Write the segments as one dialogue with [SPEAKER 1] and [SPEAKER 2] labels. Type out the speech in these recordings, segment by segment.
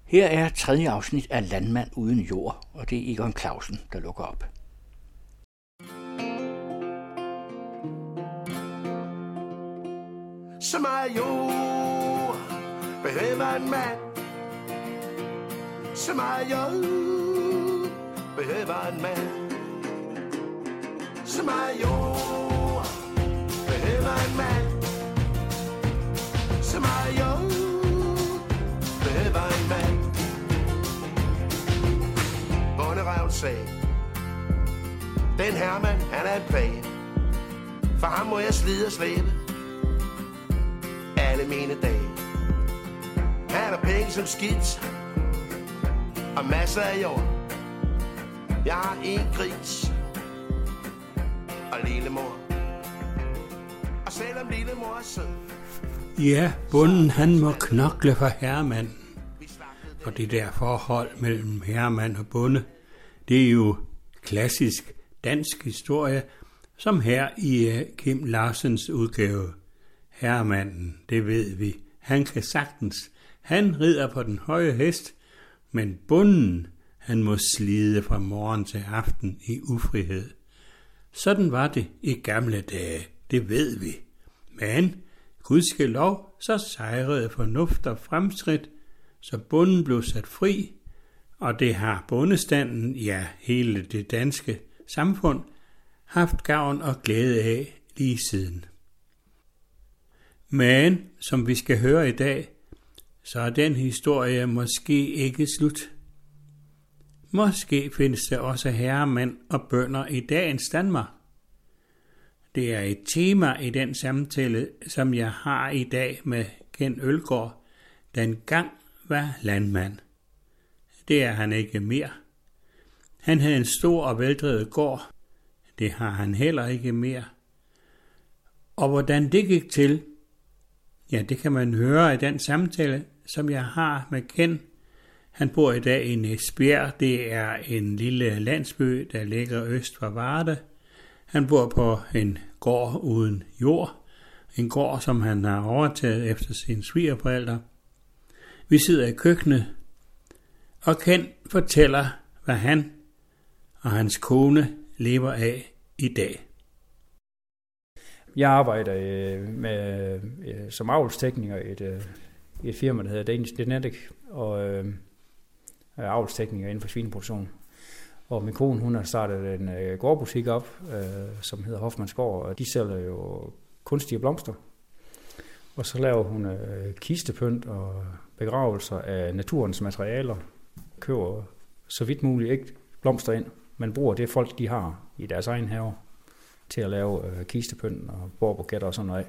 [SPEAKER 1] Her er 3. afsnit af Landmand uden jord, og det er Egon Clausen, der lukker op.
[SPEAKER 2] Så meget jord behøver en mand. Så meget jord behøver en mand. Så meget jord behøver en mand. Så meget jord behøver en mand. Bonderøven sagde, den Herman, han er en plage. For ham må jeg slide og slæbe alle mine dage. Han har penge som skidt og masser af jord. Jeg har en gris og lillemor. Og selvom lillemor er sød.
[SPEAKER 3] Ja, bonden han må knokle for herremanden. Og det der forhold mellem herremand og bonde, det er jo klassisk dansk historie, som her i Kim Larsens udgave. Herremanden, det ved vi, han kan sagtens. Han rider på den høje hest, men bonden, han må slide fra morgen til aften i ufrihed. Sådan var det i gamle dage, det ved vi. Men gudskelov, så sejrede fornuft og fremskridt, så bonden blev sat fri, og det har bondestanden, ja hele det danske samfund, haft gavn og glæde af lige siden. Men, som vi skal høre i dag, så er den historie måske ikke slut. Måske findes der også herremænd og bønder i dagens Danmark. Det er et tema i den samtale, som jeg har i dag med Ken Ølgaard, der engang var landmand. Det er han ikke mere. Han havde en stor og veldrevet gård. Det har han heller ikke mere. Og hvordan det gik til, ja, det kan man høre i den samtale, som jeg har med Ken. Han bor i dag i Næsbjerg. Det er en lille landsby, der ligger øst for Varde. Han bor på en gård uden jord. En gård, som han har overtaget efter sine svigerforældre. Vi sidder i køkkenet, og Ken fortæller, hvad han og hans kone lever af i dag.
[SPEAKER 4] Jeg arbejder som avlstekniker i et firma, der hedder Danish Genetic, og er avlstekniker inden for svineproduktion. Og min kone, hun har startet en gårdbutik op, som hedder Hoffmanns Gård, og de sælger jo kunstige blomster. Og så laver hun kistepynt og begravelser af naturens materialer. Køber så vidt muligt ikke blomster ind, men bruger det folk, de har i deres egen have til at lave kistepynt og bordbuketter og sådan noget.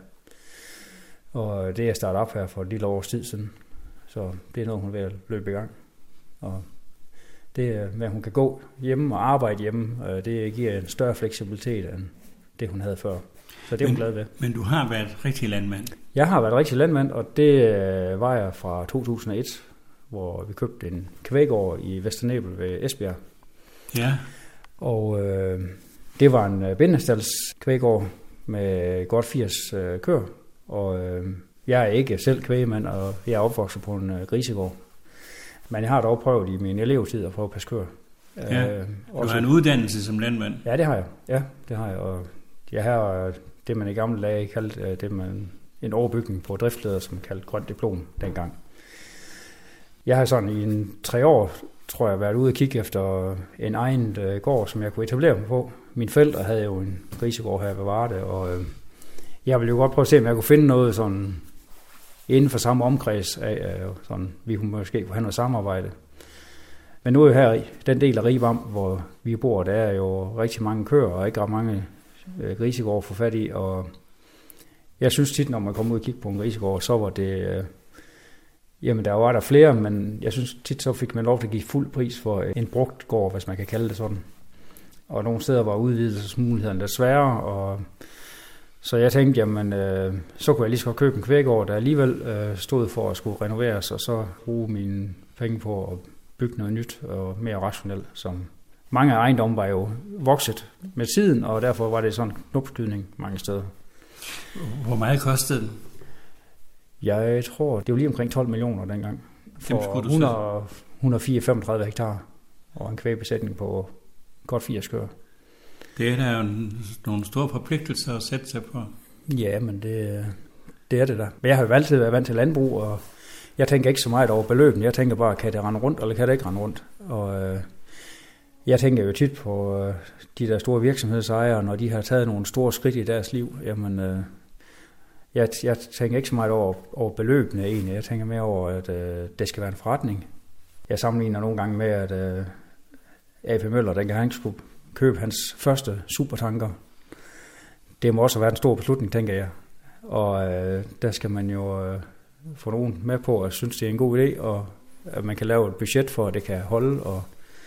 [SPEAKER 4] Og det er startet op her for et lille års tid siden, så det er noget, hun vil løbe i gang. Og det med, at hun kan gå hjemme og arbejde hjemme, det giver en større fleksibilitet end det, hun havde før. Så det er hun glad ved.
[SPEAKER 3] Men du har været rigtig landmand?
[SPEAKER 4] Jeg har været rigtig landmand, og det var jeg fra 2001, hvor vi købte en kvæggård i Vesternæbel ved Esbjerg.
[SPEAKER 3] Ja.
[SPEAKER 4] Og det var en bindestalds kvæggård med godt 80 køer. Og jeg er ikke selv kvægemand, og jeg er opvokset på en grisegård. Men jeg har dog prøvet i min elevtid at prøve at passe køer.
[SPEAKER 3] Ja, du har en uddannelse som landmand?
[SPEAKER 4] Ja, det har jeg. Ja, det har jeg. Og jeg har det, man i gamle dage kaldte en overbygning på driftsleder, som kaldte grønt diplom dengang. Jeg har sådan i 3 år, tror jeg, været ude og kigge efter en egen gård, som jeg kunne etablere mig på. Mine forældre havde jo en grisegård her ved Varde, og jeg ville jo godt prøve at se, om jeg kunne finde noget sådan inden for samme omkreds af, sådan, vi kunne måske have noget samarbejde. Men nu er her i den del af Rigvam, hvor vi bor, der er jo rigtig mange køer, og ikke ret mange grisegård at få fat i, og jeg synes tit, når man kommer ud og kigger på en grisegård, så var det, jamen der var der flere, men jeg synes tit, så fik man lov til at give fuld pris for en brugt gård, hvis man kan kalde det sådan. Og nogle steder var udvidelsesmulighederne der sværere, og så jeg tænkte, jamen, så kunne jeg lige så godt købe en kvæggård, der alligevel stod for at skulle renoveres, og så bruge mine penge på at bygge noget nyt og mere rationelt. Som mange af ejendomme var jo vokset med tiden, og derfor var det sådan en knopskydning mange steder.
[SPEAKER 3] Hvor meget kostede den?
[SPEAKER 4] Jeg tror, det var lige omkring 12 millioner dengang. for 134 hektar og en kvægbesætning på godt 80 køer.
[SPEAKER 3] Det er der jo nogle store forpligtelser at sætte sig på.
[SPEAKER 4] Ja, men det er det der. Men jeg har jo altid været vant til landbrug, og jeg tænker ikke så meget over beløbene. Jeg tænker bare, kan det rende rundt, eller kan det ikke rende rundt? Og jeg tænker jo tit på de der store virksomhedsejere, når de har taget nogle store skridt i deres liv. Jamen, jeg tænker ikke så meget over beløbene egentlig. Jeg tænker mere over, at det skal være en forretning. Jeg sammenligner nogle gange med, at A.P. Møller, dengang han skulle købe hans første supertanker. Det må også være en stor beslutning, tænker jeg. Og der skal man jo få nogen med på, at synes, det er en god idé, og at man kan lave et budget for, at det kan holde. Og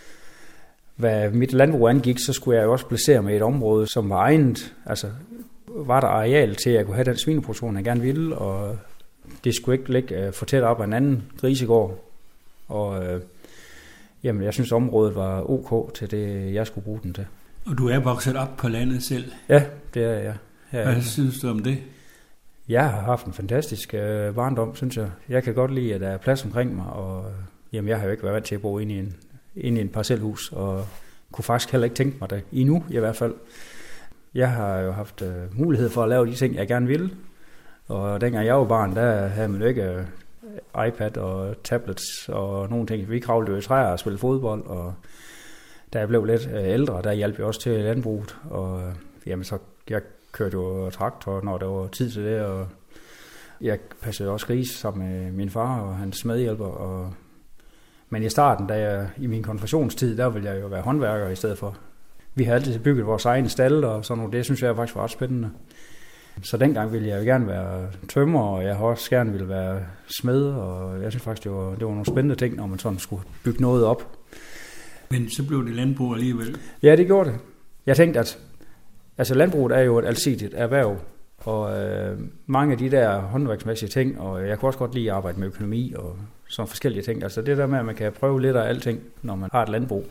[SPEAKER 4] hvad mit landbrug angik, så skulle jeg jo også placere mig i et område, som var egnet. Altså, var der areal til, at jeg kunne have den svineproduktion, jeg gerne ville, og det skulle ikke ligge for tæt op af en anden grisegård. Og jamen, jeg synes, området var ok til det, jeg skulle bruge den til.
[SPEAKER 3] Og du er vokset op på landet selv?
[SPEAKER 4] Ja, det er jeg.
[SPEAKER 3] Hvad synes du om det?
[SPEAKER 4] Jeg har haft en fantastisk barndom, synes jeg. Jeg kan godt lide, at der er plads omkring mig, og jamen, jeg har jo ikke været vant til at bo inde i en parcelhus, og kunne faktisk heller ikke tænke mig det endnu, i hvert fald. Jeg har jo haft mulighed for at lave de ting, jeg gerne ville, og dengang jeg var barn, der havde man jo ikke iPad og tablets og nogle ting. Vi kravlede jo i træer og spillede fodbold, og da jeg blev lidt ældre, der hjalp jeg også til landbruget, og jamen, så jeg kørte jo traktor, når der var tid til det, og jeg passede også gris sammen med min far og hans medhjælper. Men i starten, i min konfirmationstid, der ville jeg jo være håndværker i stedet for. Vi har altid bygget vores egen stald og sådan noget. Det synes jeg faktisk var ret spændende. Så dengang ville jeg jo gerne være tømrer, og jeg har også gerne ville være smed, og jeg synes faktisk, det var nogle spændende ting, når man sådan skulle bygge noget op.
[SPEAKER 3] Men så blev det landbrug alligevel?
[SPEAKER 4] Ja, det gjorde det. Jeg tænkte, at altså, landbruget er jo et alsidigt erhverv, og mange af de der håndværksmæssige ting, og jeg kunne også godt lide at arbejde med økonomi og sådan forskellige ting. Altså det der med, at man kan prøve lidt af alting, når man har et landbrug,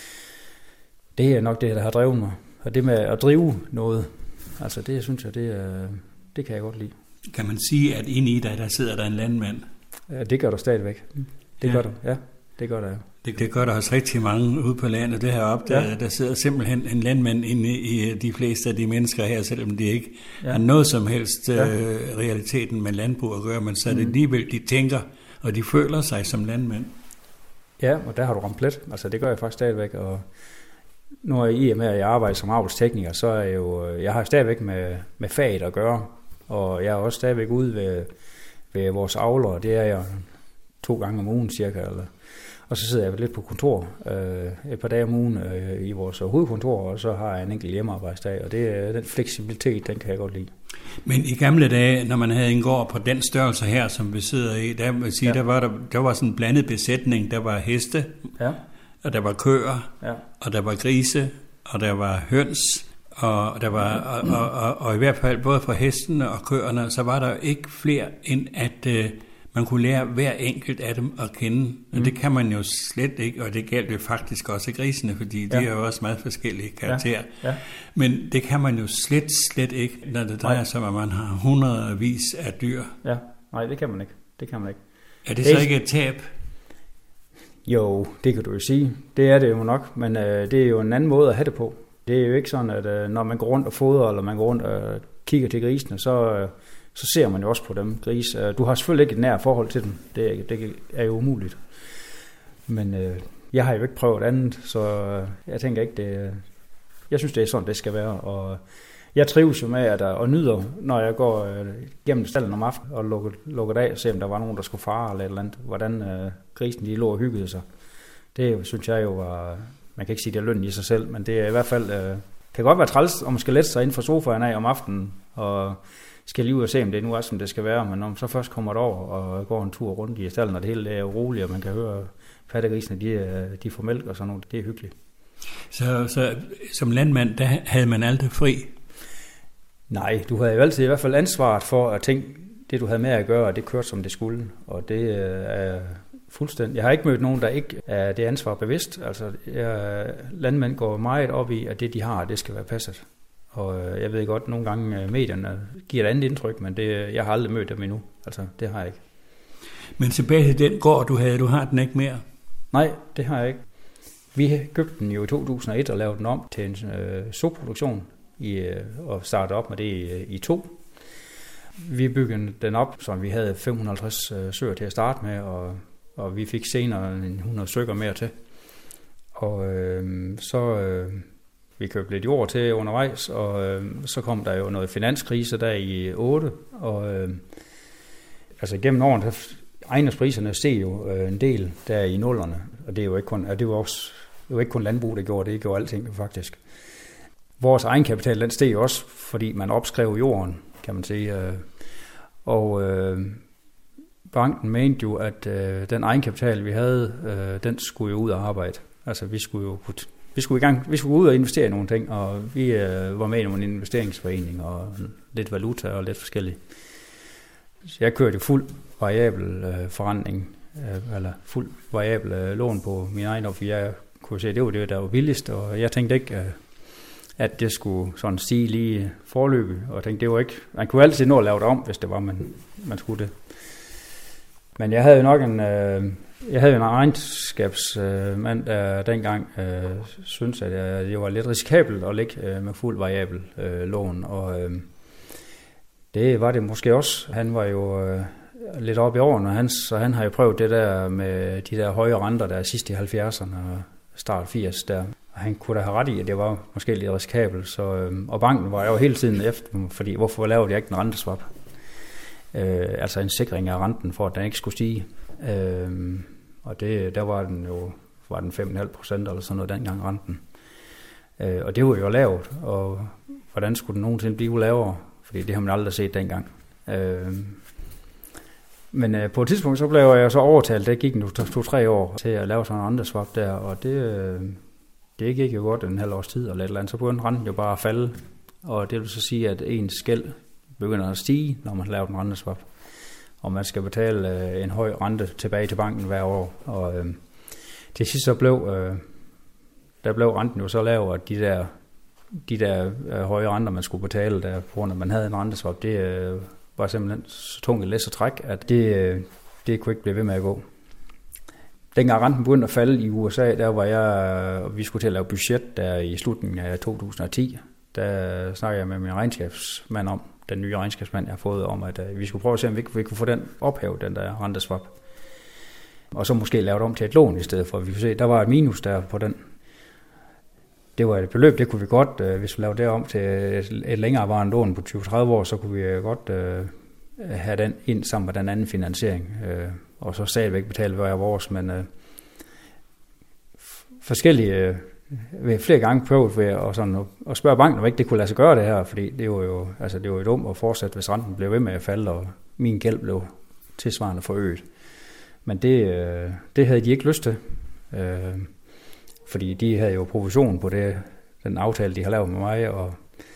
[SPEAKER 4] det er nok det, der har drevet mig. Og det med at drive noget, altså det synes jeg, det kan jeg godt lide.
[SPEAKER 3] Kan man sige, at inde i dig, der sidder der en landmand?
[SPEAKER 4] Ja, det gør du stadigvæk. Det gør du, ja. Det gør der, ja.
[SPEAKER 3] Det gør der også rigtig mange ude på landet. Det her opdaget, ja. Der sidder simpelthen en landmand inde i de fleste af de mennesker her, selvom de ikke har noget som helst realiteten med landbrug at gøre, men så er det alligevel, de tænker, og de føler sig som landmænd. Ja, og der har du ramt plet. Altså det gør jeg faktisk stadigvæk, og nu er I med, at jeg arbejder som avlstekniker, så er jeg har stadigvæk med faget at gøre, og jeg er også stadigvæk ude ved vores avlere. Det er jeg 2 gange om ugen cirka, og så sidder jeg lidt på kontor et par dage om ugen i vores hovedkontor, og så har jeg en enkelt hjemmearbejdsdag, og det er den fleksibilitet, den kan jeg godt lide. Men i gamle dage, når man havde en gård på den størrelse her, som vi sidder i, der vil sige, der var sådan en blandet besætning. Der var heste, og der var køer, og der var grise, og der var høns, og der var og i hvert fald både for hestene og køerne, så var der ikke flere end at man kunne lære hver enkelt af dem at kende, og det kan man jo slet ikke, og det gælder jo faktisk også grisene, fordi de er jo også meget forskellige karakterer. Ja. Men det kan man jo slet ikke, når det drejer sig om, at man har hundredvis af dyr. Ja, nej, det kan man ikke. Er det så ikke et tab? Jo, det kan du jo sige. Det er det jo nok, men det er jo en anden måde at have det på. Det er jo ikke sådan, at når man går rundt og fodrer, eller man går rundt og kigger til grisene, så ser man jo også på dem, gris. Du har selvfølgelig ikke et nær forhold til dem. Det er jo umuligt. Men jeg har jo ikke prøvet andet, så jeg tænker ikke, det. Jeg synes, det er sådan, det skal være. Og jeg trives jo med at nyder, når jeg går gennem stallen om aftenen og lukker af og ser, om der var nogen, der skulle fare eller et eller andet. Hvordan grisen de lå og hyggede sig. Det synes jeg jo var. Man kan ikke sige, det er løn i sig selv, men det er i hvert fald. Kan godt være træls, om man skal lette sig ind fra sofaen af om aftenen og skal lige ud og se, om det nu er, som det skal være, men når man så først kommer derover og går en tur rundt i stallen, og det hele er roligt, og man kan høre pattegrisene, de får mælk og sådan noget, det er hyggeligt. Så som landmand, der havde man aldrig fri? Nej, du havde jo altid i hvert fald ansvaret for at tænke, det du havde med at gøre, og det kørte som det skulle, og det er fuldstændig. Jeg har ikke mødt nogen, der ikke er det ansvar bevidst, altså landmænd går meget op i, at det de har, det skal være passet. Og jeg ved godt, nogle gange medierne giver et andet indtryk, men jeg har aldrig mødt dem endnu. Altså, det har jeg ikke. Men tilbage til den gård, du havde, du har den ikke mere?
[SPEAKER 4] Nej, det har jeg ikke. Vi købte den jo i 2001 og lavede den om til en soproduktion og startede op med det i 2. Vi byggede den op, så vi havde 550 søer til at starte med, og vi fik senere 100 stykker mere til. Og vi købte lidt jord til undervejs, og så kom der jo noget finanskrise der i 8, og altså gennem årene, ejendomspriserne steg jo en del der i 0'erne, og det er jo ikke kun, det var ikke kun landbrug, der gjorde det gjorde alting faktisk. Vores egenkapital, den steg også, fordi man opskrev jorden, kan man sige, og banken mente jo, at den egenkapital, vi havde, den skulle jo ud og arbejde. Altså vi skulle ud og investere i nogle ting, og vi var med i nogle investeringsforeninger og lidt valuta og lidt forskelligt. Jeg kørte jo fuld variabel forrentning, eller fuld variabel lån på min ejendom, for jeg kunne se, at det var det, der var billigst, og jeg tænkte ikke, at det skulle sådan stige lige forløbig, og jeg tænkte, det var ikke, man kunne altid nå at lave det om, hvis det var, man skulle det. Men jeg havde jo nok en regnskabsmand, der dengang syntes, at det var lidt risikabelt at ligge med fuld variabel lån, og det var det måske også. Han var jo lidt oppe i årene, så han har jo prøvet det der med de der høje renter, der sidst i 70'erne og start 80 der. Og han kunne da have ret i, at det var måske lidt risikabelt. Så, og banken var jo hele tiden efter, fordi hvorfor lavede jeg ikke en renteswap? Altså en sikring af renten, for at den ikke skulle stige. Og der var den 5,5% eller sådan noget dengang renten. Og det var jo lavt, og hvordan skulle den nogensinde blive lavere? Fordi det har man aldrig set dengang. Men på et tidspunkt så blev jeg så overtalt, det gik nu 2-3 år til at lave sådan en renteswap der, og det gik jo godt en halv års tid, eller et eller andet, så begyndte renten jo bare at falde, og det vil så sige, at ens gæld begynder at stige, når man laver en renteswap, og man skal betale en høj rente tilbage til banken hver år, og til sidst så blev renten jo så lav, at de der høje renter, man skulle betale, der på grund af, at man havde en renteswap, det var simpelthen så tungt et læs og træk, at det kunne ikke blive ved med at gå. Dengang renten begyndte at falde i USA, der var vi skulle til at lave budget der i slutningen af 2010. Der snakkede jeg med min regnskabsmand om, den nye regnskabsmand, jeg har fået, om, at vi skulle prøve at se, om vi kunne få den ophævet, den der renteswap. Og så måske lave det om til et lån i stedet for. Vi kunne se, der var et minus der på den. Det var et beløb, det kunne vi godt, hvis vi lavede det om til et længerevarende lån på 20-30 år, så kunne vi godt have den ind sammen med den anden finansiering, og så stadigvæk betale hver vores, men forskellige, flere gange prøvet ved at spørge banken, om ikke det kunne lade sig gøre det her, fordi det var jo dumt at fortsætte, hvis renten blev ved med at falde, og min gæld blev tilsvarende forøget. Men det havde de ikke lyst til. Fordi de havde jo provision på den aftale, de har lavet med mig, og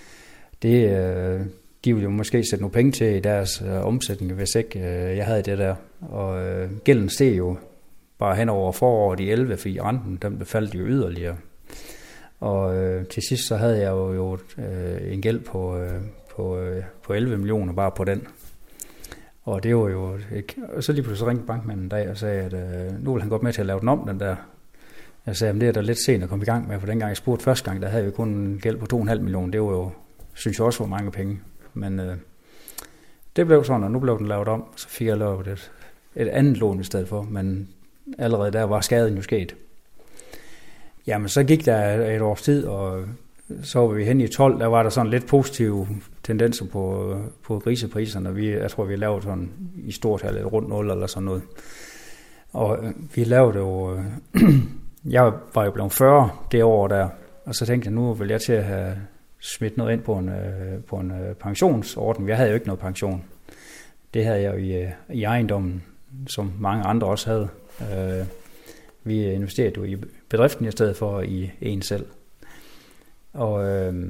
[SPEAKER 4] de ville jo måske sætte nogle penge til i deres omsætning, hvis ikke jeg havde det der. Og gælden steg jo bare hen over foråret i 11, fordi renten den faldt jo yderligere. Og til sidst så havde jeg jo en gæld på 11 millioner bare på den. Og det var jo og så lige pludselig ringte bankmanden en dag og sagde, at nu vil han godt med til at lave den om, den der. Jeg sagde, at det er da lidt sent at komme i gang med, for dengang jeg spurgte første gang, der havde vi kun en gæld på 2,5 millioner. Det var jo, synes jeg også, var mange penge. Men det blev sådan, og nu blev den lavet om. Så fik jeg lavet et andet lån i stedet for, men allerede der var skaden jo sket. Jamen, så gik der et års tid, og så var vi hen i 12, der var der sådan lidt positive tendenser på grisepriserne. Jeg tror, vi lavede sådan i stort tal et rundt 0 eller sådan noget. Og vi lavede jo... Jeg var jo blevet 40 det år der, og så tænkte jeg, nu vil jeg til at have smidt noget ind på en pensionsordning. Jeg havde jo ikke noget pension. Det havde jeg jo i ejendommen, som mange andre også havde. Vi investerede jo i bedriften i stedet for i en selv. Og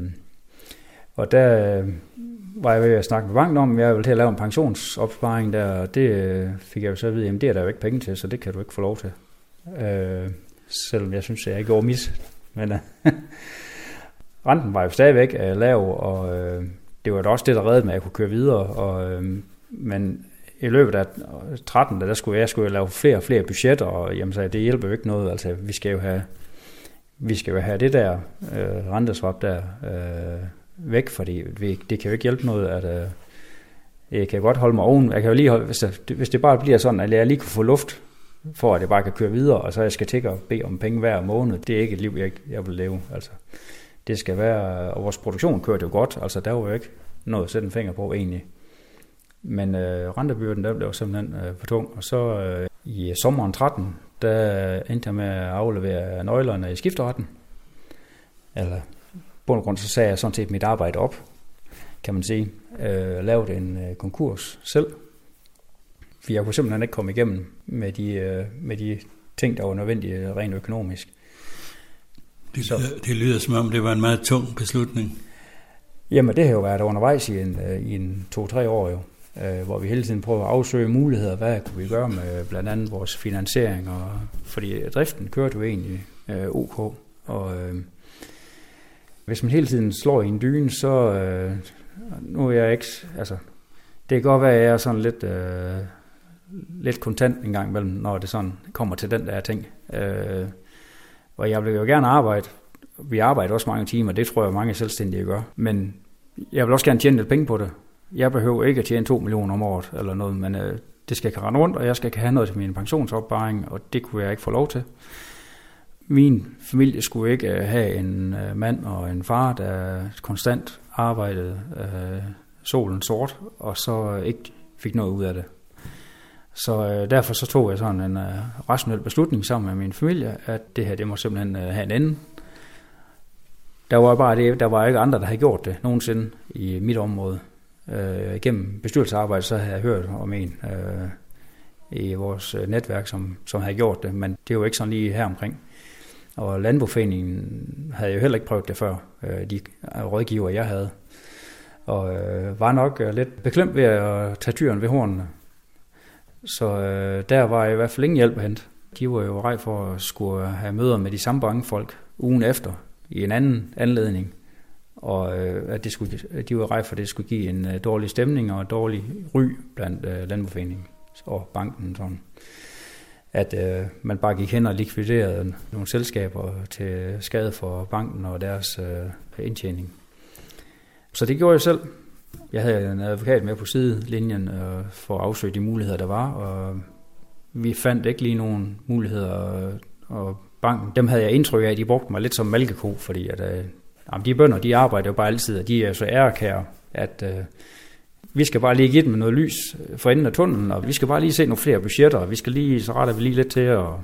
[SPEAKER 4] der var jeg ved at snakke med banken om, at jeg ville til at lave en pensionsopsparing der, og det fik jeg jo så at vide, jamen det er der jo ikke penge til, så det kan du ikke få lov til. Selvom jeg synes, at jeg gjorde mis. Men renten var jo stadigvæk lav, og det var da også det, der reddede mig, at jeg kunne køre videre. Men i løbet af 13, der skulle jeg lave flere og flere budgetter, og jamen, så det hjælper jo ikke noget. Altså, vi skal jo have det der renteswap der væk, fordi det kan jo ikke hjælpe noget, at jeg kan godt holde mig oven. Jeg kan jo lige holde, hvis det bare bliver sådan, at jeg lige kunne få luft, for at jeg bare kan køre videre, og så jeg skal tække og bede om penge hver måned. Det er ikke et liv, jeg vil leve. Altså, det skal være, og vores produktion kører det jo godt, altså der var jo ikke noget at sætte en finger på egentlig. Men rentebyrden, der blev simpelthen for tung. Og så i sommeren 13, der endte jeg med at aflevere nøglerne i skifteretten. Eller på en grund, så sagde jeg sådan set mit arbejde op, kan man sige. Lavede en konkurs selv. For jeg kunne simpelthen ikke komme igennem med de ting, der var nødvendige rent økonomisk.
[SPEAKER 3] Det lyder som om, det var en meget tung beslutning.
[SPEAKER 4] Jamen, det har jo været undervejs i en 2-3 år jo, hvor vi hele tiden prøver at afsøge muligheder. Hvad kunne vi gøre med blandt andet vores finansiering? Fordi driften kørte jo egentlig OK. Og hvis man hele tiden slår i en dyne, så nu er jeg ikke... Altså, det kan godt være, at jeg er sådan lidt kontant en gang imellem, når det sådan kommer til den der ting. Og jeg vil jo gerne arbejde. Vi arbejder også mange timer, det tror jeg mange selvstændige gør. Men jeg vil også gerne tjene lidt penge på det. Jeg behøver ikke at tjene 2 millioner om året eller noget, men det skal jeg rende rundt, og jeg skal have noget til min pensionsopsparing, og det kunne jeg ikke få lov til. Min familie skulle ikke have en mand og en far, der konstant arbejdede solen sort, og så ikke fik noget ud af det. Så derfor så tog jeg sådan en rationel beslutning sammen med min familie, at det her, det må simpelthen have en ende. Der var ikke andre, der havde gjort det nogensinde i mit område. Gennem bestyrelsesarbejde, så havde jeg hørt om en i vores netværk, som havde gjort det, men det er jo ikke sådan lige her omkring. Og Landboforeningen havde jo heller ikke prøvet det før, de rådgiver, jeg havde. Og var nok lidt beklemt ved at tage tyren ved hornene. Så der var i hvert fald ingen hjælp at hente. De var jo rej for at skulle have møder med de samme bankfolk ugen efter i en anden anledning. Og at de var rej for, at det skulle give en dårlig stemning og en dårlig ry blandt Landboforeningen og banken. Sådan. At man bare gik hen og likviderede nogle selskaber til skade for banken og deres indtjening. Så det gjorde jeg selv. Jeg havde en advokat med på sidelinjen for at afsøge de muligheder, der var, og vi fandt ikke lige nogen muligheder, og banken, dem havde jeg indtryk af, at de brugte mig lidt som malkeko, fordi at, de bønder, de arbejder jo bare altid, og de er så ærekære, at vi skal bare lige give dem noget lys for enden af tunnelen, og vi skal bare lige se nogle flere budgetter, og vi skal lige, så retter vi lige lidt til, og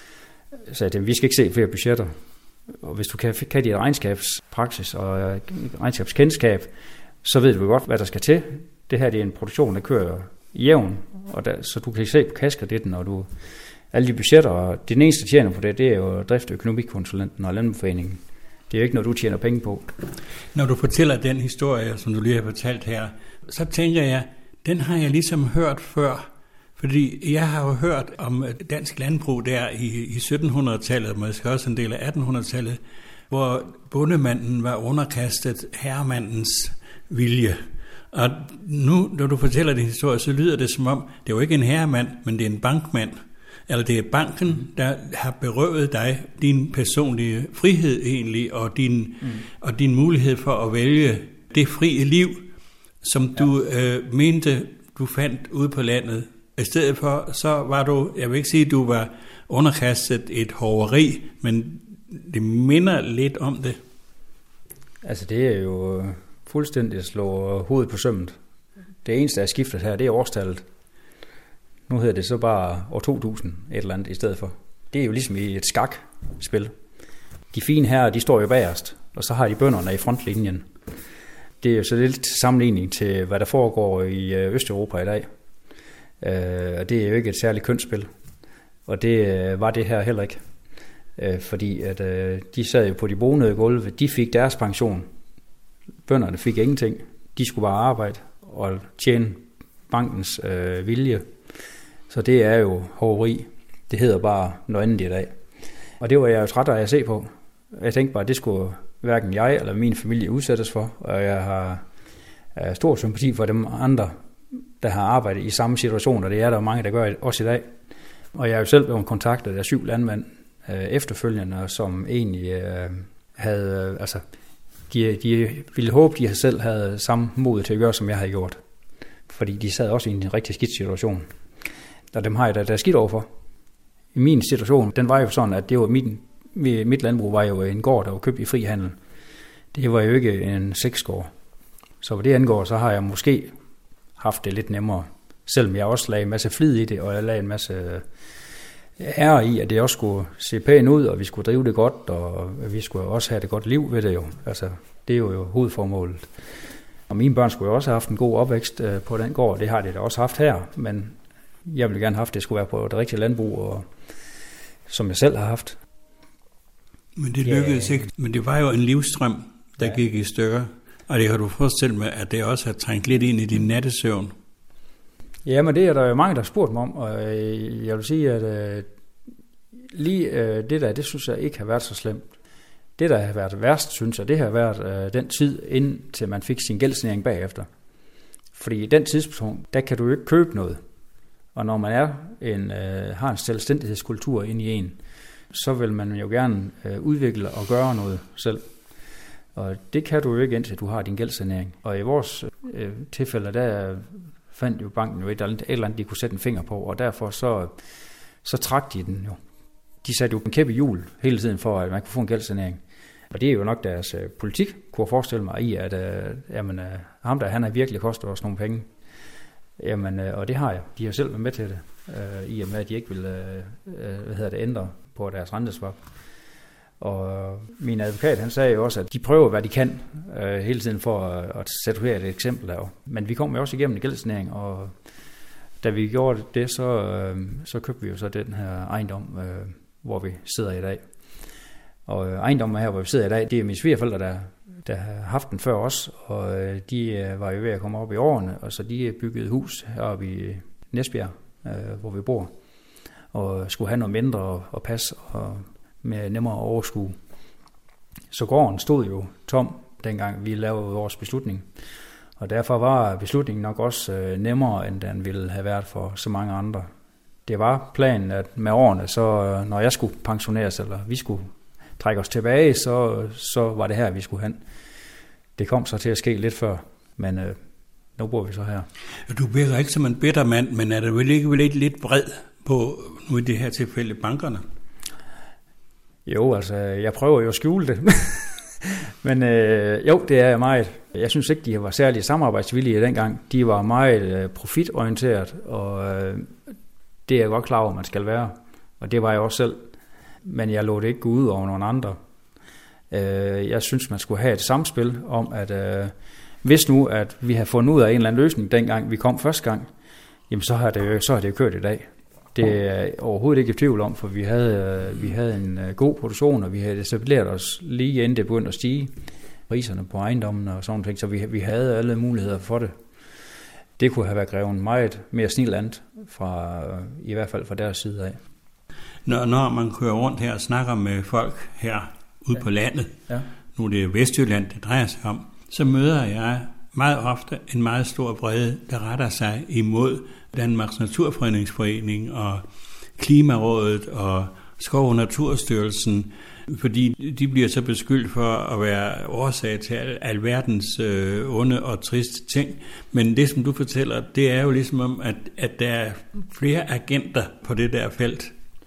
[SPEAKER 4] sagde til dem, vi skal ikke se flere budgetter. Og hvis du kan dit regnskabspraksis og regnskabskendskab, så ved du godt, hvad der skal til. Det her det er en produktion, der kører jævn, og så du kan se på kaskeditten, og alle de budgetter, og det eneste, der tjener på det er jo drift- og økonomikonsulenten og Landboforeningen. Det er jo ikke noget, du tjener penge på.
[SPEAKER 3] Når du fortæller den historie, som du lige har fortalt her, så tænker jeg, den har jeg ligesom hørt før. Fordi jeg har jo hørt om dansk landbrug der i 1700-tallet, måske også en del af 1800-tallet, hvor bondemanden var underkastet herremandens vilje. Og nu, når du fortæller din historie, så lyder det som om, det er jo ikke en herremand, men det er en bankmand. Eller det er banken, der har berøvet dig din personlige frihed egentlig, og din mulighed for at vælge det frie liv, som du mente, du fandt ude på landet. I stedet for, så var du, jeg vil ikke sige, at du var underkastet et hoveri, men det minder lidt om det.
[SPEAKER 4] Altså det er jo fuldstændig at slå hovedet på sømmet. Det eneste, der er skiftet her, det er årstallet. Nu hedder det så bare år 2000 et eller andet i stedet for. Det er jo ligesom i et skakspil. De fine herrer, de står jo bagerst, og så har de bønderne i frontlinjen. Det er jo så lidt sammenligning til, hvad der foregår i Østeuropa i dag. Og det er jo ikke et særligt kønsspil. Og det var det her heller ikke. Fordi at de sad jo på de bonede gulve, de fik deres pension. Bønderne fik ingenting. De skulle bare arbejde og tjene bankens vilje. Så det er jo hoveri. Det hedder bare noget andet i dag. Og det var jeg jo træt af at se på. Jeg tænkte bare, at det skulle hverken jeg eller min familie udsættes for. Og jeg har stor sympati for dem andre der har arbejdet i samme situation, og det er der jo mange, der gør også i dag. Og jeg er jo selv blevet kontaktet af 7 landmænd efterfølgende, som egentlig havde, altså de ville håbe, de selv havde samme mod til at gøre, som jeg havde gjort. Fordi de sad også i en rigtig skidt situation. Og dem har jeg da skidt overfor. I min situation, den var jo sådan, at det var mit landbrug var jo en gård, der var købt i fri handel. Det var jo ikke en sexgård. Så på det angår, så har jeg måske haft det lidt nemmere. Selvom jeg også lagde en masse flid i det, og jeg lagde en masse ære i, at det også skulle se pænt ud, og vi skulle drive det godt, og vi skulle også have det godt liv ved det jo. Altså, det er jo hovedformålet. Og mine børn skulle jo også have haft en god opvækst på den gård, det har de da også haft her, men jeg ville gerne have haft, det skulle være på det rigtige landbrug, og, som jeg selv har haft.
[SPEAKER 3] Men det lykkedes ikke. Men det var jo en livsstrøm, der gik i stykker. Og det har du forestillet med, at det også har trængt lidt ind i din nattesøvn.
[SPEAKER 4] Ja, men det er der jo mange, der har spurgt mig om, og jeg vil sige, at det der, det synes jeg ikke har været så slemt. Det, der har været værst, synes jeg, det har været den tid, indtil man fik sin gældssanering bagefter. Fordi i den tidspunkt, der kan du jo ikke købe noget. Og når man har en selvstændighedskultur inde i en, så vil man jo gerne udvikle og gøre noget selv. Og det kan du jo ikke, indtil du har din gældssanering. Og i vores tilfælde, der fandt jo banken jo et eller andet, de kunne sætte en finger på, og derfor så trak de den jo. De satte jo en kæppe i hjul hele tiden for, at man kunne få en gældssanering. Og det er jo nok deres politik, kunne jeg forestille mig i, at ham der, han har virkelig kostet os nogle penge. Jamen, og det har jeg. De har selv været med til det, i og med, at de ikke vil ændre på deres renteswap. Og min advokat, han sagde jo også, at de prøver, hvad de kan hele tiden for at statuere et eksempel der. Men vi kom jo også igennem en gældssanering, og da vi gjorde det, så købte vi jo så den her ejendom, hvor vi sidder i dag. Og ejendommen her, hvor vi sidder i dag, det er mine svigerforældre, der har haft den før os, og de var jo ved at komme op i årene, og så de byggede hus heroppe i Næsbjerg, hvor vi bor, og skulle have noget mindre at passe, og med nemmere at overskue. Så gården stod jo tom, dengang vi lavede vores beslutning, og derfor var beslutningen nok også nemmere, end den ville have været for så mange andre. Det var planen, at med årene, så når jeg skulle pensioneres, eller vi skulle trække os tilbage, så var det her, vi skulle hen. Det kom så til at ske lidt før, men nu bor vi så her.
[SPEAKER 3] Du virker ikke som en bitter mand, men er du vel ikke lidt vred på, nu i det her tilfælde, bankerne?
[SPEAKER 4] Jo, altså, jeg prøver jo at skjule det. Men jo, det er jeg meget. Jeg synes ikke, de var særlig samarbejdsvillige dengang. De var meget profitorienteret, og det er jeg godt klar over, man skal være. Og det var jeg også selv. Men jeg lod det ikke gå ud over nogen andre. Jeg synes, man skulle have et samspil om, at hvis nu, at vi har fundet ud af en eller anden løsning, dengang vi kom første gang, jamen så har det jo kørt i dag. Det er overhovedet ikke i tvivl om, for vi havde en god produktion, og vi havde etableret os lige inden det begyndte at stige priserne på ejendommen og sådan noget, så vi havde alle muligheder for det. Det kunne have været greven meget mere snillant, i hvert fald fra deres side af.
[SPEAKER 3] Når man kører rundt her og snakker med folk her ude på landet, nu er det Vestjylland, det drejer sig om, så møder jeg meget ofte en meget stor brede, der retter sig imod Danmarks Naturfredningsforening og Klimarådet og Skov- og Naturstyrelsen, fordi de bliver så beskyldt for at være årsag til alverdens onde og triste ting. Men det, som du fortæller, det er jo ligesom om, at der er flere agenter på det der felt.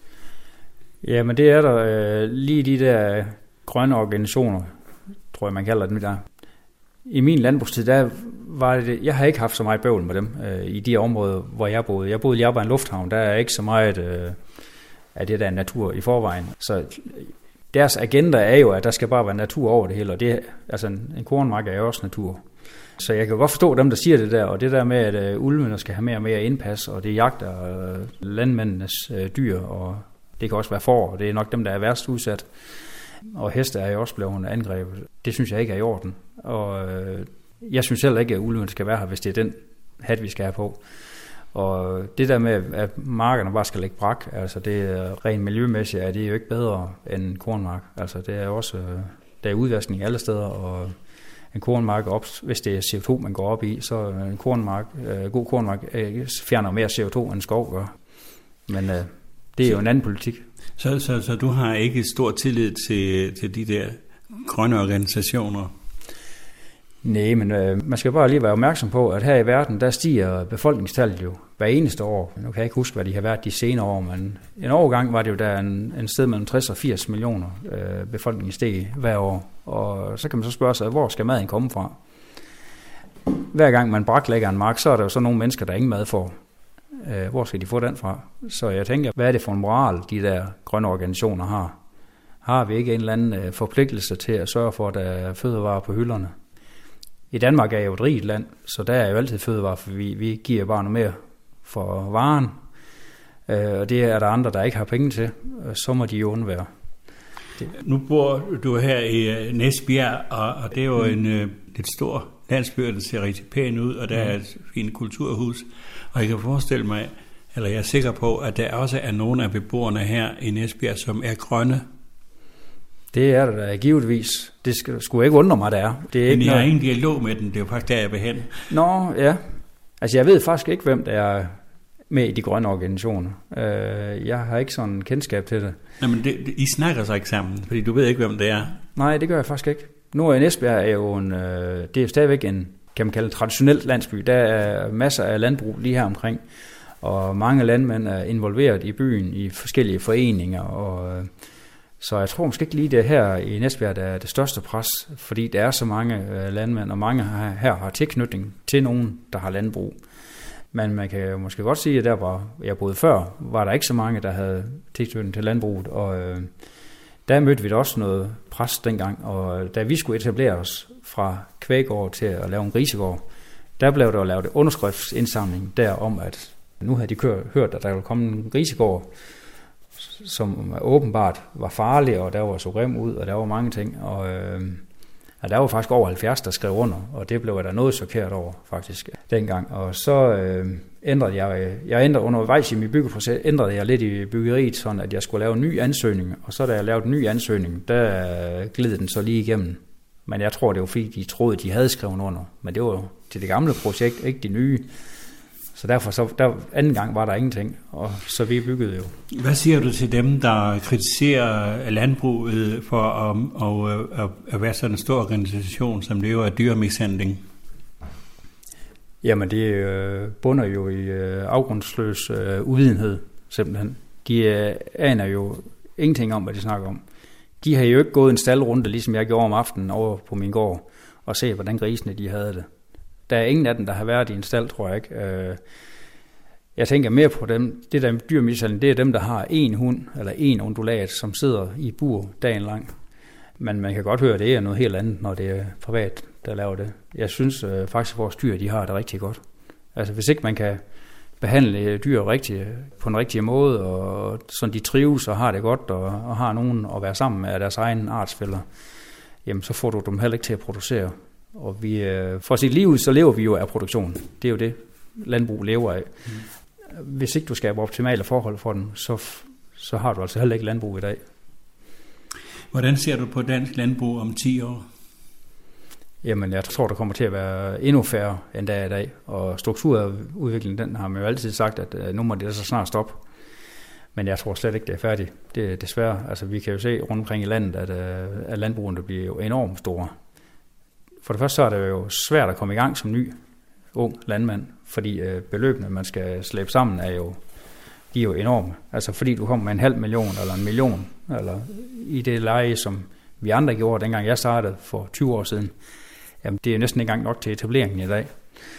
[SPEAKER 4] Ja, men det er der lige de der grønne organisationer, tror jeg, man kalder dem der. I min landbrugstid, der var det, jeg har ikke haft så meget bøvl med dem i de områder, hvor jeg boede. Jeg boede i Hjerberg Lufthavn, der er ikke så meget af det der natur i forvejen. Så deres agenda er jo, at der skal bare være natur over det hele, og det, altså en kornmark er jo også natur. Så jeg kan godt forstå dem, der siger det der, og det der med, at ulvene skal have mere og mere indpas, og det jagter landmændenes dyr, og det kan også være får, og det er nok dem, der er værst udsat. Og heste er jo også blevet angrebet. Det synes jeg ikke er i orden. Og jeg synes heller ikke, at ulven skal være her, hvis det er den hat, vi skal have på. Og det der med, at markerne bare skal lægge brak, altså det er rent miljømæssigt, er det jo ikke bedre end kornmark. Altså det er også, der er udvaskning alle steder, og en kornmark op, hvis det er CO2, man går op i, så en kornmark, god kornmark fjerner mere CO2, end skov gør. Men det er jo en anden politik.
[SPEAKER 3] Så du har ikke stor tillid til de der grønne organisationer? Nej, men
[SPEAKER 4] man skal bare lige være opmærksom på, at her i verden, der stiger befolkningstallet jo hver eneste år. Nu kan jeg ikke huske, hvad de har været de senere år, men en overgang var det jo der en sted mellem 60 og 80 millioner befolkning steg hver år. Og så kan man så spørge sig, hvor skal maden komme fra? Hver gang man braklægger en mark, så er der jo så nogle mennesker, der ingen mad får. Hvor skal de få den fra? Så jeg tænker, hvad er det for en moral, de der grønne organisationer har? Har vi ikke en eller anden forpligtelse til at sørge for, at der er fødevarer på hylderne? I Danmark er jo et rigt land, så der er jo altid fødevarer, for vi giver bare noget mere for varen. Og det er der andre, der ikke har penge til, så må de jo undvære.
[SPEAKER 3] Nu bor du her i Næsbjerg, og det er jo et stort landsby, der ser rigtig pænt ud, og der er et fint kulturhus. Og jeg kan forestille mig, eller jeg er sikker på, at der også er nogle af beboerne her i Næsbjerg, som er grønne.
[SPEAKER 4] Det er der givetvis. Det skulle ikke undre mig, der er. Det er ikke
[SPEAKER 3] men jeg har ingen dialog med den, det er jo faktisk der, jeg vil hen.
[SPEAKER 4] Nå, ja. Altså jeg ved faktisk ikke, hvem der er med i de grønne organisationer. Jeg har ikke sådan kendskab til det.
[SPEAKER 3] Nej, men I snakker så ikke sammen, fordi du ved ikke, hvem det er.
[SPEAKER 4] Nej, det gør jeg faktisk ikke. Nu er Næsbjerg jo det er stadigvæk en, kan man kalde det, traditionel landsby. Der er masser af landbrug lige her omkring, og mange landmænd er involveret i byen i forskellige foreninger, og så jeg tror måske ikke lige det her i Næsbjerg, der er det største pres, fordi der er så mange landmænd, og mange her har tilknytning til nogen, der har landbrug. Men man kan måske godt sige, at der hvor jeg boede før, var der ikke så mange, der havde tilknytning til landbruget, og der mødte vi da også noget pres dengang, og da vi skulle etablere os fra kvæggård til at lave en grisegård, der blev der lavet underskriftsindsamling der om, at nu havde de hørt, at der ville komme en grisegård, som åbenbart var farlig, og der var så grim ud, og der var mange ting, og der var faktisk over 70, der skrev under, og det blev der noget chokeret over, faktisk, dengang. Og så ændrede jeg undervejs i min byggeproces, ændrede jeg lidt i byggeriet, sådan at jeg skulle lave en ny ansøgning, og så da jeg lavede en ny ansøgning, der gled den så lige igennem. Men jeg tror, det var fordi, de troede, de havde skrevet under, men det var til det gamle projekt, ikke de nye. Så derfor, anden gang var der ingenting, og så vi byggede jo.
[SPEAKER 3] Hvad siger du til dem, der kritiserer landbruget for at være sådan en stor organisation, som lever af dyremishandling?
[SPEAKER 4] Jamen, det bunder jo i afgrundsløs uvidenhed, simpelthen. De aner jo ingenting om, hvad de snakker om. De har jo ikke gået en staldrunde, ligesom jeg gjorde om aftenen over på min gård, og se, hvordan grisene de havde det. Der er ingen af dem, der har været i en stald, tror jeg ikke. Jeg tænker mere på dem. Det der dyrmishandling, det er dem, der har en hund eller en undulat, som sidder i bur dagen lang. Men man kan godt høre, at det er noget helt andet, når det er privat, der laver det. Jeg synes faktisk, at vores dyr, de har det rigtig godt. Altså hvis ikke man kan behandle dyr rigtigt, på en rigtig måde, og sådan de trives og har det godt, og har nogen at være sammen med deres egen artsfæller, jamen så får du dem heller ikke til at producere. Og for sit liv, så lever vi jo af produktion. Det er jo det, landbrug lever af. Hvis ikke du skaber optimale forhold for den, så har du altså heller ikke landbrug i dag.
[SPEAKER 3] Hvordan ser du på dansk landbrug om 10 år?
[SPEAKER 4] Jamen, jeg tror, der kommer til at være endnu færre end der i dag. Og strukturudviklingen, den har man jo altid sagt, at nu må det så snart stoppe. Men jeg tror slet ikke, det er færdigt. Det er desværre. Altså, vi kan jo se rundt omkring i landet, at landbrugene bliver jo enormt store. For det første så er det jo svært at komme i gang som ny ung landmand, fordi beløbene, man skal slæbe sammen, de er jo enorme. Altså fordi du kommer med 500.000 eller 1 million, eller i det leje, som vi andre gjorde, dengang jeg startede for 20 år siden, jamen det er næsten ikke engang nok til etableringen i dag.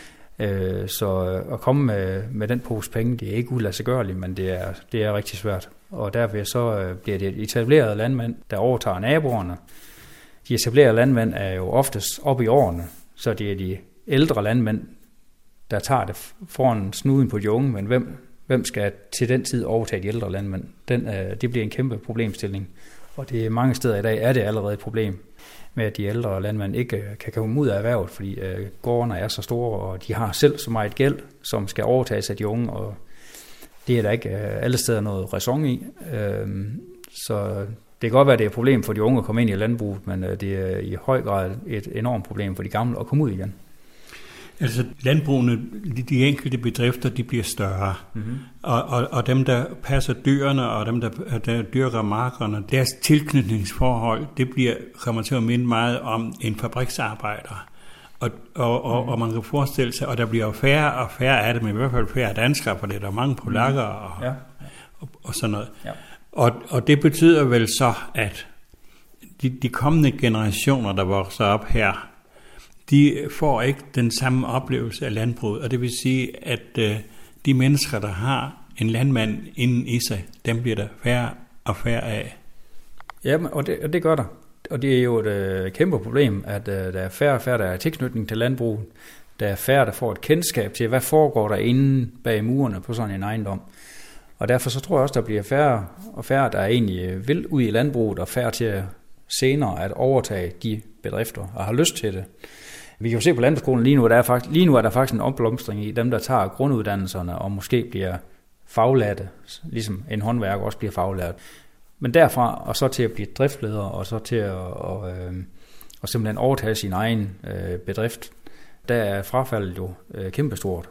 [SPEAKER 4] Så at komme med den pose penge, det er ikke uladsiggørligt, men det er rigtig svært. Og derved så bliver det etableret landmænd, der overtager naboerne. De etablerede landmænd er jo oftest oppe i årene, så det er de ældre landmænd, der tager det foran snuden på de unge, men hvem skal til den tid overtage de ældre landmænd? Det bliver en kæmpe problemstilling, og det er mange steder i dag er det allerede et problem med, at de ældre landmænd ikke kan komme ud af erhvervet, fordi gårdene er så store, og de har selv så meget gæld, som skal overtages af de unge, og det er der ikke alle steder noget ræson i. Så Det kan godt være, at det er et problem for de unge at komme ind i landbruget, men det er i høj grad et enormt problem for de gamle at komme ud igen.
[SPEAKER 3] Altså landbrugene, de enkelte bedrifter, de bliver større, og dem, der passer dyrene, og dem, der dyrker markerne, deres tilknytningsforhold, det kommer til at minde meget om en fabriksarbejder. Og man kan forestille sig, og der bliver jo færre og færre af dem, i hvert fald færre danskere, for det er der mange polakker og sådan noget. Ja. Og det betyder vel så, at de kommende generationer, der vokser op her, de får ikke den samme oplevelse af landbruget, og det vil sige, at de mennesker, der har en landmand inden i sig, dem bliver der færre og færre af.
[SPEAKER 4] Ja, og det gør der. Og det er jo et kæmpe problem, at der er færre og færre, der er tilknytning til landbruget. Der er færre, der får et kendskab til, hvad foregår der inde bag murene på sådan en ejendom. Og derfor så tror jeg også, der bliver færre og færre, der egentlig vil ud i landbruget, og færre til at senere at overtage de bedrifter, og har lyst til det. Vi kan jo se på landbrugsskolen lige nu er der faktisk en opblomstring i dem, der tager grunduddannelserne og måske bliver faglærte, ligesom en håndværker også bliver faglært. Men derfra og så til at blive driftleder og så til at simpelthen overtage sin egen bedrift, der er frafaldet jo kæmpestort.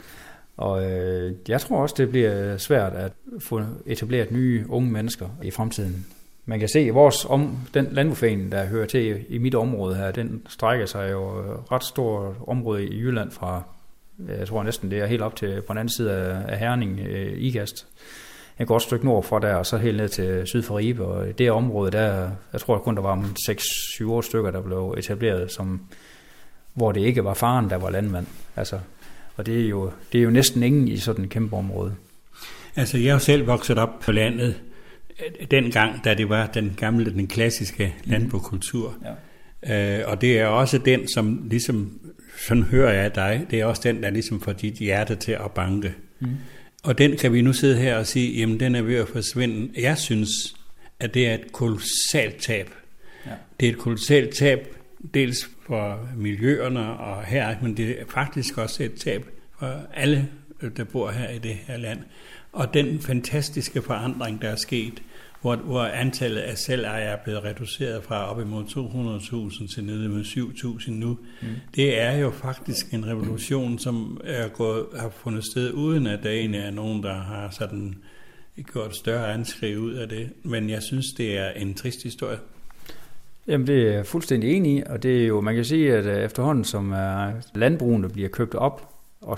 [SPEAKER 4] Og jeg tror også, det bliver svært at få etableret nye unge mennesker i fremtiden. Man kan se, at den landbrugsforening, der hører til i mit område her, den strækker sig jo ret stort område i Jylland fra, jeg tror næsten det er helt op til på den anden side af Herning, Ikast. Et godt stykke nord fra der, og så helt ned til syd for Ribe. Og det område der, jeg tror kun der var 6-7-8 stykker, der blev etableret, hvor det ikke var faren, der var landmand. Altså, og det er jo næsten ingen i sådan et kæmpe område.
[SPEAKER 3] Altså, jeg er jo selv vokset op på landet, dengang, da det var den klassiske landbrugskultur. Ja. Og det er også den, som ligesom, sådan hører jeg af dig, det er også den, der ligesom får dit hjerte til at banke. Og den kan vi nu sidde her og sige, jamen den er ved at forsvinde. Jeg synes, at det er et kolossalt tab. Ja. Det er et kolossalt tab, dels for miljøerne og her, men det er faktisk også et tab for alle, der bor her i det her land. Og den fantastiske forandring, der er sket, hvor antallet af selvejere er blevet reduceret fra op imod 200.000 til nede med 7.000 nu, det er jo faktisk en revolution, som har fundet sted, uden at der egentlig er nogen, der har sådan gjort større anskriv ud af det. Men jeg synes, det er en trist historie.
[SPEAKER 4] Jamen, det er jeg fuldstændig enig i, og det er jo, man kan sige, at efterhånden, som landbrugene bliver købt op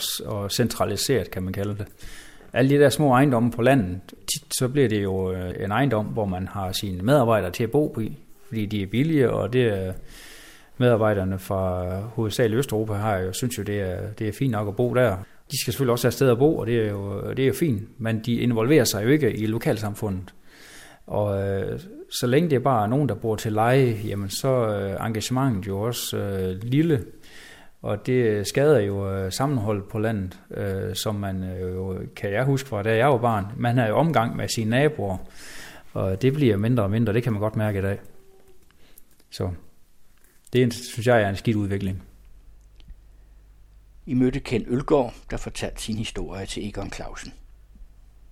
[SPEAKER 4] og centraliseret, kan man kalde det, alle de der små ejendomme på landet, så bliver det jo en ejendom, hvor man har sine medarbejdere til at bo i, fordi de er billige, og det er medarbejderne fra hovedsageligt Østeuropa synes jo, det er fint nok at bo der. De skal selvfølgelig også have sted at bo, og det er jo fint, men de involverer sig jo ikke i lokalsamfundet. Og så længe det er bare nogen, der bor til leje, jamen så er engagementet jo også lille. Og det skader jo sammenhold på landet, som man jo, kan jeg huske fra, da jeg var barn. Man har jo omgang med sine naboer, og det bliver mindre og mindre, det kan man godt mærke i dag. Så det synes jeg er en skidt udvikling.
[SPEAKER 1] I mødte Ken Ølgaard, der fortalte sin historie til Egon Clausen.